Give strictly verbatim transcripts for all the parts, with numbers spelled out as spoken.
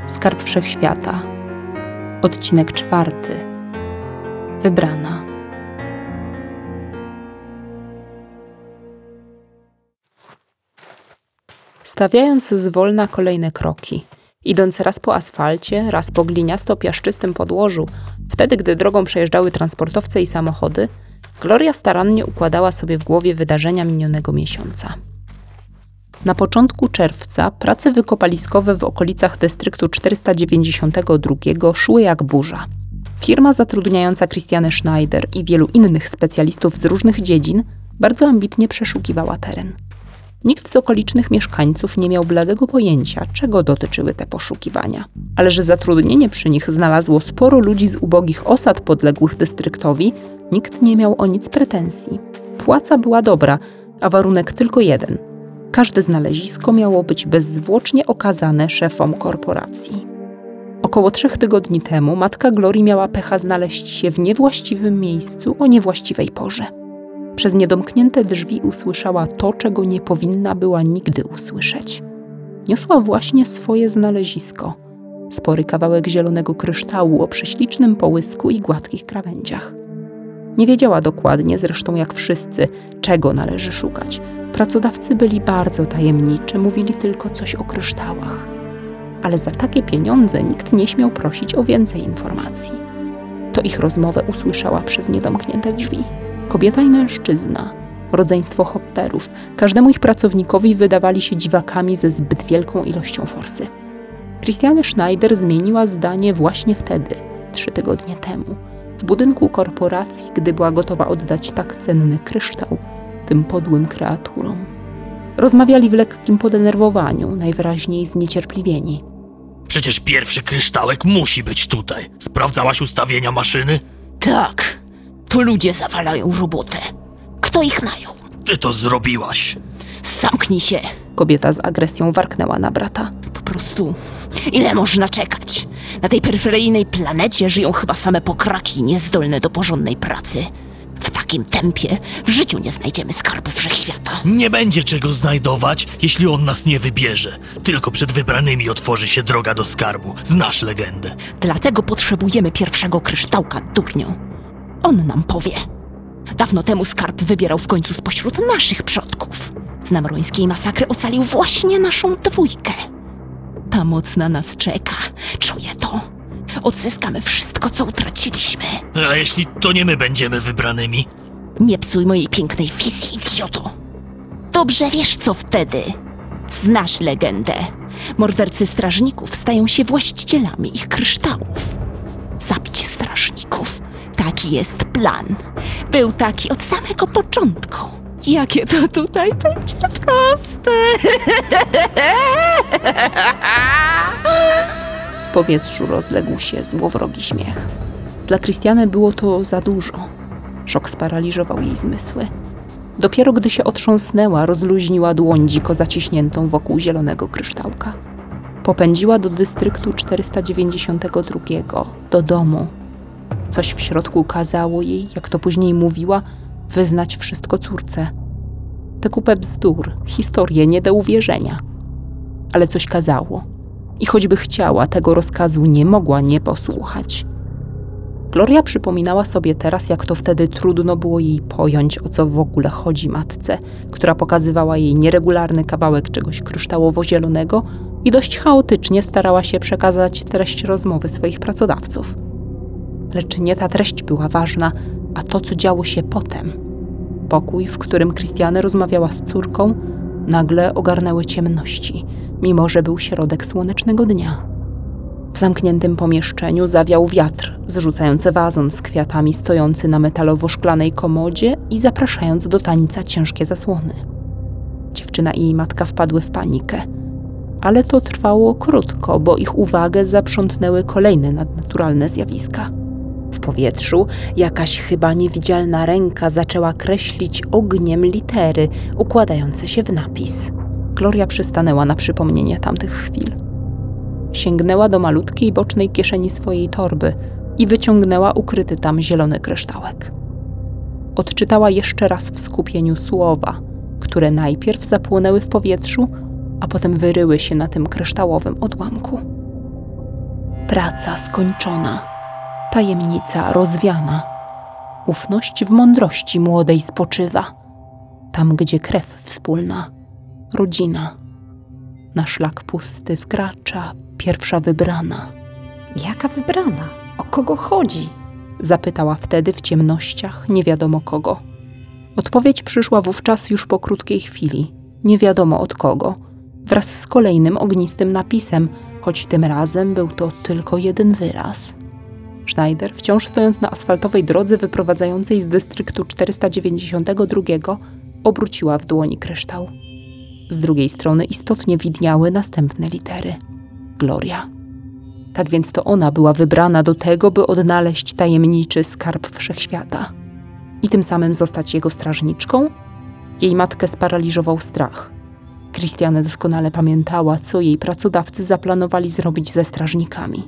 Skarb Wszechświata. Odcinek czwarty. Wybrana. Stawiając zwolna kolejne kroki, idąc raz po asfalcie, raz po gliniasto-piaszczystym podłożu, wtedy gdy drogą przejeżdżały transportowce i samochody, Gloria starannie układała sobie w głowie wydarzenia minionego miesiąca. Na początku czerwca prace wykopaliskowe w okolicach dystryktu czterysta dziewięćdziesiątego drugiego szły jak burza. Firma zatrudniająca Christiane Schneider i wielu innych specjalistów z różnych dziedzin bardzo ambitnie przeszukiwała teren. Nikt z okolicznych mieszkańców nie miał bladego pojęcia, czego dotyczyły te poszukiwania, ale że zatrudnienie przy nich znalazło sporo ludzi z ubogich osad podległych dystryktowi, nikt nie miał o nic pretensji. Płaca była dobra, a warunek tylko jeden – każde znalezisko miało być bezzwłocznie okazane szefom korporacji. Około trzech tygodni temu matka Glorii miała pecha znaleźć się w niewłaściwym miejscu o niewłaściwej porze. Przez niedomknięte drzwi usłyszała to, czego nie powinna była nigdy usłyszeć. Niosła właśnie swoje znalezisko. Spory kawałek zielonego kryształu o prześlicznym połysku i gładkich krawędziach. Nie wiedziała dokładnie, zresztą jak wszyscy, czego należy szukać. Pracodawcy byli bardzo tajemniczy, mówili tylko coś o kryształach. Ale za takie pieniądze nikt nie śmiał prosić o więcej informacji. To ich rozmowę usłyszała przez niedomknięte drzwi. Kobieta i mężczyzna, rodzeństwo hopperów, każdemu ich pracownikowi wydawali się dziwakami ze zbyt wielką ilością forsy. Christiane Schneider zmieniła zdanie właśnie wtedy, trzy tygodnie temu, w budynku korporacji, gdy była gotowa oddać tak cenny kryształ tym podłym kreaturom. Rozmawiali w lekkim podenerwowaniu, najwyraźniej zniecierpliwieni. Przecież pierwszy kryształek musi być tutaj. Sprawdzałaś ustawienia maszyny? Tak, to ludzie zawalają robotę. Kto ich najął? Ty to zrobiłaś. Zamknij się. Kobieta z agresją warknęła na brata. Po prostu, ile można czekać? Na tej peryferyjnej planecie żyją chyba same pokraki niezdolne do porządnej pracy. W takim tempie w życiu nie znajdziemy skarbu wszechświata. Nie będzie czego znajdować, jeśli on nas nie wybierze. Tylko przed wybranymi otworzy się droga do skarbu. Znasz legendę. Dlatego potrzebujemy pierwszego kryształka, durniu. On nam powie. Dawno temu skarb wybierał w końcu spośród naszych przodków. Z namrońskiej masakry ocalił właśnie naszą dwójkę. Ta moc na nas czeka. Czuję to. Odzyskamy wszystko, co utraciliśmy. A jeśli to nie my będziemy wybranymi? Nie psuj mojej pięknej wizji, idioto. Dobrze wiesz, co wtedy. Znasz legendę. Mordercy strażników stają się właścicielami ich kryształów. Zabić strażników. Taki jest plan. Był taki od samego początku. Jakie to tutaj będzie proste. W powietrzu rozległ się złowrogi śmiech. Dla Christiane było to za dużo. Szok sparaliżował jej zmysły. Dopiero gdy się otrząsnęła, rozluźniła dłoń dziko zaciśniętą wokół zielonego kryształka. Popędziła do dystryktu czterysta dziewięćdziesiątego drugiego, do domu. Coś w środku kazało jej, jak to później mówiła, wyznać wszystko córce. Tę kupę bzdur, historię nie do uwierzenia. Ale coś kazało. I choćby chciała, tego rozkazu nie mogła nie posłuchać. Gloria przypominała sobie teraz, jak to wtedy trudno było jej pojąć, o co w ogóle chodzi matce, która pokazywała jej nieregularny kawałek czegoś kryształowo-zielonego i dość chaotycznie starała się przekazać treść rozmowy swoich pracodawców. Lecz nie ta treść była ważna, a to, co działo się potem. Pokój, w którym Christiane rozmawiała z córką, nagle ogarnęły ciemności, mimo że był środek słonecznego dnia. W zamkniętym pomieszczeniu zawiał wiatr, zrzucający wazon z kwiatami stojący na metalowo-szklanej komodzie i zapraszając do tańca ciężkie zasłony. Dziewczyna i jej matka wpadły w panikę. Ale to trwało krótko, bo ich uwagę zaprzątnęły kolejne nadnaturalne zjawiska. W powietrzu jakaś chyba niewidzialna ręka zaczęła kreślić ogniem litery układające się w napis. Gloria przystanęła na przypomnienie tamtych chwil. Sięgnęła do malutkiej bocznej kieszeni swojej torby i wyciągnęła ukryty tam zielony kryształek. Odczytała jeszcze raz w skupieniu słowa, które najpierw zapłonęły w powietrzu, a potem wyryły się na tym kryształowym odłamku. Praca skończona, tajemnica rozwiana. Ufność w mądrości młodej spoczywa. Tam, gdzie krew wspólna, rodzina. Na szlak pusty wkracza pierwsza wybrana. Jaka wybrana? O kogo chodzi? Zapytała wtedy w ciemnościach nie wiadomo kogo. Odpowiedź przyszła wówczas już po krótkiej chwili, nie wiadomo od kogo, wraz z kolejnym ognistym napisem, choć tym razem był to tylko jeden wyraz. Schneider, wciąż stojąc na asfaltowej drodze wyprowadzającej z dystryktu czterysta dziewięćdziesiątego drugiego, obróciła w dłoni kryształ. Z drugiej strony istotnie widniały następne litery. Gloria. Tak więc to ona była wybrana do tego, by odnaleźć tajemniczy skarb wszechświata i tym samym zostać jego strażniczką? Jej matkę sparaliżował strach. Christiane doskonale pamiętała, co jej pracodawcy zaplanowali zrobić ze strażnikami.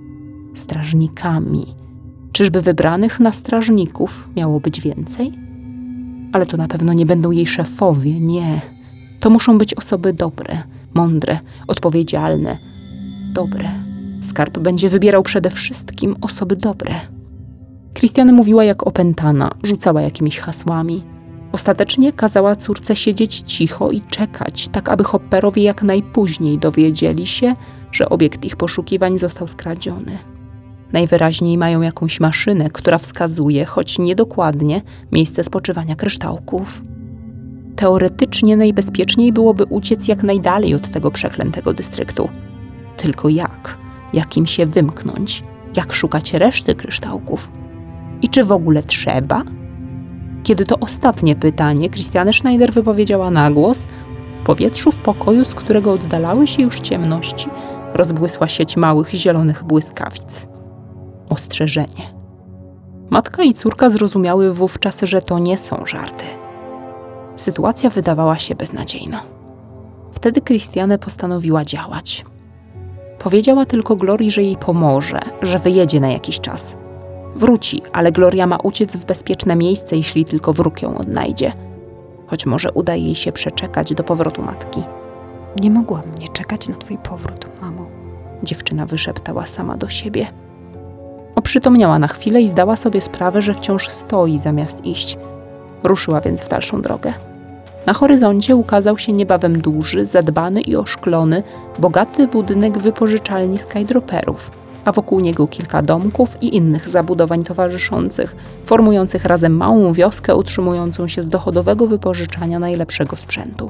Strażnikami. Czyżby wybranych na strażników miało być więcej? Ale to na pewno nie będą jej szefowie, nie. To muszą być osoby dobre, mądre, odpowiedzialne. Dobre. Skarb będzie wybierał przede wszystkim osoby dobre. Christiane mówiła jak opętana, rzucała jakimiś hasłami. Ostatecznie kazała córce siedzieć cicho i czekać, tak aby hopperowie jak najpóźniej dowiedzieli się, że obiekt ich poszukiwań został skradziony. Najwyraźniej mają jakąś maszynę, która wskazuje, choć niedokładnie, miejsce spoczywania kryształków. Teoretycznie najbezpieczniej byłoby uciec jak najdalej od tego przeklętego dystryktu. Tylko jak? Jak im się wymknąć? Jak szukać reszty kryształków? I czy w ogóle trzeba? Kiedy to ostatnie pytanie Christiane Schneider wypowiedziała na głos, w powietrzu w pokoju, z którego oddalały się już ciemności, rozbłysła sieć małych zielonych błyskawic. Ostrzeżenie. Matka i córka zrozumiały wówczas, że to nie są żarty. Sytuacja wydawała się beznadziejna. Wtedy Christiane postanowiła działać. Powiedziała tylko Glorii, że jej pomoże, że wyjedzie na jakiś czas. Wróci, ale Gloria ma uciec w bezpieczne miejsce, jeśli tylko wróg ją odnajdzie. Choć może uda jej się przeczekać do powrotu matki. Nie mogłam nie czekać na twój powrót, mamo. Dziewczyna wyszeptała sama do siebie. Oprzytomniała na chwilę i zdała sobie sprawę, że wciąż stoi zamiast iść. Ruszyła więc w dalszą drogę. Na horyzoncie ukazał się niebawem duży, zadbany i oszklony, bogaty budynek wypożyczalni skydroperów, a wokół niego kilka domków i innych zabudowań towarzyszących, formujących razem małą wioskę utrzymującą się z dochodowego wypożyczania najlepszego sprzętu.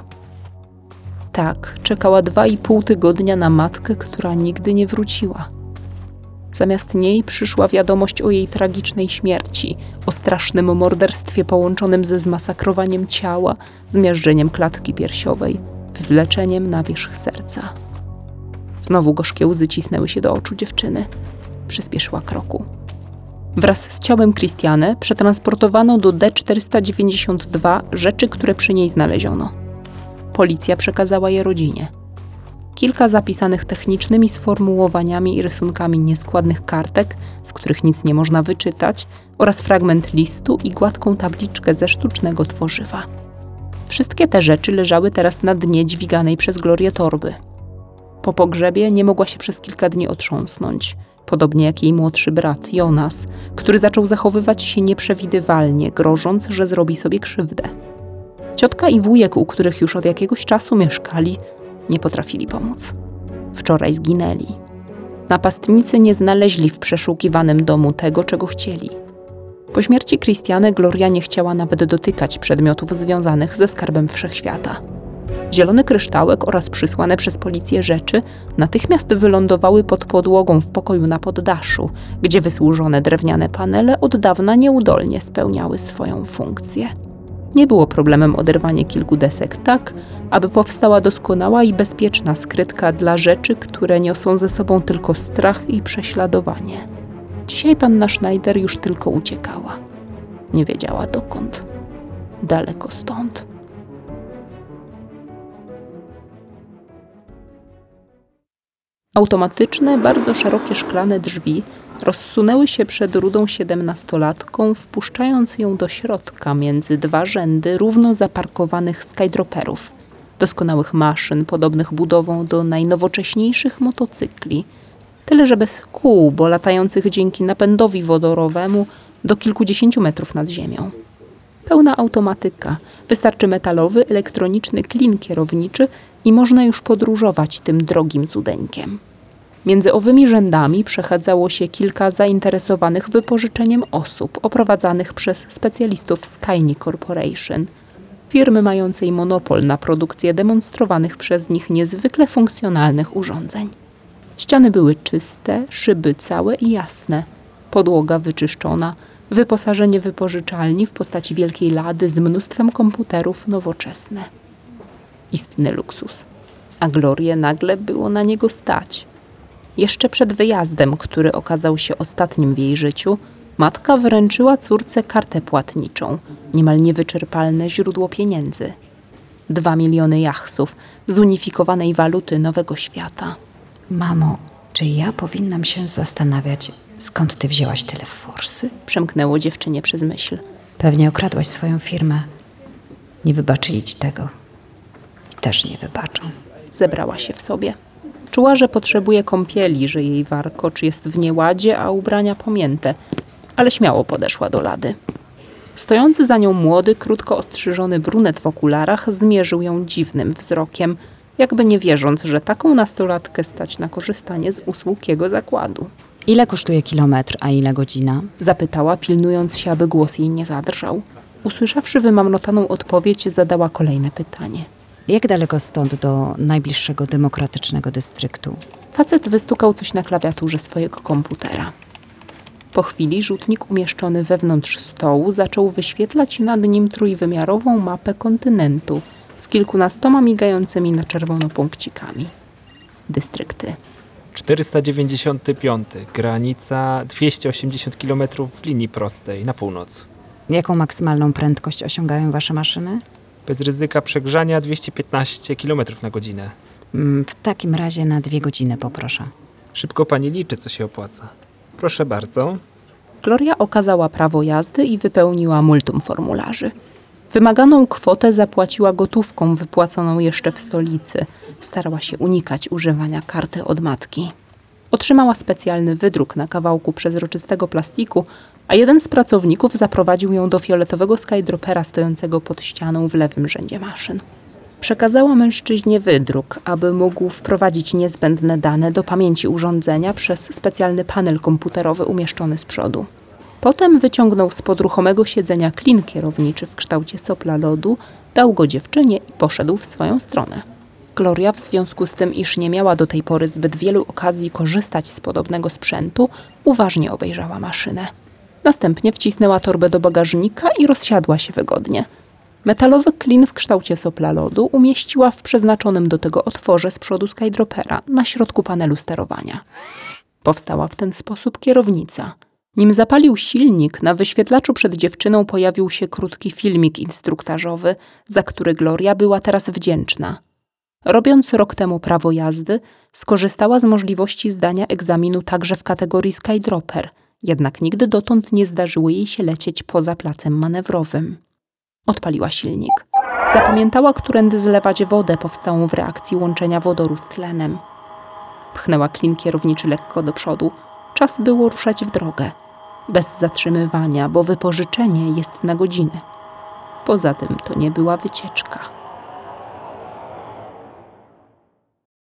Tak, czekała dwa i pół tygodnia na matkę, która nigdy nie wróciła. Zamiast niej przyszła wiadomość o jej tragicznej śmierci, o strasznym morderstwie połączonym ze zmasakrowaniem ciała, zmiażdżeniem klatki piersiowej, wywleczeniem na wierzch serca. Znowu gorzkie łzy cisnęły się do oczu dziewczyny. Przyspieszyła kroku. Wraz z ciałem Christiane przetransportowano do D czterysta dziewięćdziesiąt dwa rzeczy, które przy niej znaleziono. Policja przekazała je rodzinie. Kilka zapisanych technicznymi sformułowaniami i rysunkami nieskładnych kartek, z których nic nie można wyczytać, oraz fragment listu i gładką tabliczkę ze sztucznego tworzywa. Wszystkie te rzeczy leżały teraz na dnie dźwiganej przez Glorię torby. Po pogrzebie nie mogła się przez kilka dni otrząsnąć, podobnie jak jej młodszy brat Jonas, który zaczął zachowywać się nieprzewidywalnie, grożąc, że zrobi sobie krzywdę. Ciotka i wujek, u których już od jakiegoś czasu mieszkali, nie potrafili pomóc. Wczoraj zginęli. Napastnicy nie znaleźli w przeszukiwanym domu tego, czego chcieli. Po śmierci Christiane Gloria nie chciała nawet dotykać przedmiotów związanych ze skarbem wszechświata. Zielony kryształek oraz przysłane przez policję rzeczy natychmiast wylądowały pod podłogą w pokoju na poddaszu, gdzie wysłużone drewniane panele od dawna nieudolnie spełniały swoją funkcję. Nie było problemem oderwanie kilku desek tak, aby powstała doskonała i bezpieczna skrytka dla rzeczy, które niosą ze sobą tylko strach i prześladowanie. Dzisiaj panna Schneider już tylko uciekała. Nie wiedziała dokąd. Daleko stąd. Automatyczne, bardzo szerokie szklane drzwi rozsunęły się przed rudą siedemnastolatką, wpuszczając ją do środka między dwa rzędy równo zaparkowanych skydroperów, doskonałych maszyn podobnych budową do najnowocześniejszych motocykli, Tyle, że bez kół, bo latających dzięki napędowi wodorowemu do kilkudziesięciu metrów nad ziemią. Pełna automatyka. Wystarczy metalowy, elektroniczny klin kierowniczy i można już podróżować tym drogim cudeńkiem. Między owymi rzędami przechadzało się kilka zainteresowanych wypożyczeniem osób oprowadzanych przez specjalistów Skyni Corporation, firmy mającej monopol na produkcję demonstrowanych przez nich niezwykle funkcjonalnych urządzeń. Ściany były czyste, szyby całe i jasne, podłoga wyczyszczona, wyposażenie wypożyczalni w postaci wielkiej lady z mnóstwem komputerów nowoczesne. Istny luksus. A Glorię nagle było na niego stać. Jeszcze przed wyjazdem, który okazał się ostatnim w jej życiu, matka wręczyła córce kartę płatniczą, niemal niewyczerpalne źródło pieniędzy. Dwa miliony jachsów z unifikowanej waluty Nowego Świata. Mamo, czy ja powinnam się zastanawiać, skąd ty wzięłaś tyle forsy? Przemknęło dziewczynie przez myśl. Pewnie okradłaś swoją firmę. Nie wybaczyli ci tego. I też nie wybaczą. Zebrała się w sobie. Czuła, że potrzebuje kąpieli, że jej warkocz jest w nieładzie, a ubrania pomięte, ale śmiało podeszła do lady. Stojący za nią młody, krótko ostrzyżony brunet w okularach zmierzył ją dziwnym wzrokiem, jakby nie wierząc, że taką nastolatkę stać na korzystanie z usług jego zakładu. Ile kosztuje kilometr, a ile godzina? Zapytała, pilnując się, aby głos jej nie zadrżał. Usłyszawszy wymamlotaną odpowiedź, zadała kolejne pytanie. Jak daleko stąd do najbliższego demokratycznego dystryktu? Facet wystukał coś na klawiaturze swojego komputera. Po chwili rzutnik umieszczony wewnątrz stołu zaczął wyświetlać nad nim trójwymiarową mapę kontynentu z kilkunastoma migającymi na czerwono punkcikami. Dystrykty. czterysta dziewięćdziesiąty piąty. Granica dwieście osiemdziesiąt kilometrów w linii prostej na północ. Jaką maksymalną prędkość osiągają wasze maszyny? Bez ryzyka przegrzania dwieście piętnaście kilometrów na godzinę. Mm, W takim razie na dwie godziny poproszę. Szybko pani liczy, co się opłaca. Proszę bardzo. Gloria okazała prawo jazdy i wypełniła multum formularzy. Wymaganą kwotę zapłaciła gotówką wypłaconą jeszcze w stolicy. Starała się unikać używania karty od matki. Otrzymała specjalny wydruk na kawałku przezroczystego plastiku, a jeden z pracowników zaprowadził ją do fioletowego skydropera stojącego pod ścianą w lewym rzędzie maszyn. Przekazała mężczyźnie wydruk, aby mógł wprowadzić niezbędne dane do pamięci urządzenia przez specjalny panel komputerowy umieszczony z przodu. Potem wyciągnął spod ruchomego siedzenia klin kierowniczy w kształcie sopla lodu, dał go dziewczynie i poszedł w swoją stronę. Gloria, w związku z tym, iż nie miała do tej pory zbyt wielu okazji korzystać z podobnego sprzętu, uważnie obejrzała maszynę. Następnie wcisnęła torbę do bagażnika i rozsiadła się wygodnie. Metalowy klin w kształcie sopla lodu umieściła w przeznaczonym do tego otworze z przodu skydropera na środku panelu sterowania. Powstała w ten sposób kierownica. Nim zapalił silnik, na wyświetlaczu przed dziewczyną pojawił się krótki filmik instruktażowy, za który Gloria była teraz wdzięczna. Robiąc rok temu prawo jazdy, skorzystała z możliwości zdania egzaminu także w kategorii skydroper, jednak nigdy dotąd nie zdarzyło jej się lecieć poza placem manewrowym. Odpaliła silnik. Zapamiętała, którędy zlewać wodę powstałą w reakcji łączenia wodoru z tlenem. Pchnęła klin kierowniczy lekko do przodu. Czas było ruszać w drogę. Bez zatrzymywania, bo wypożyczenie jest na godzinę. Poza tym to nie była wycieczka.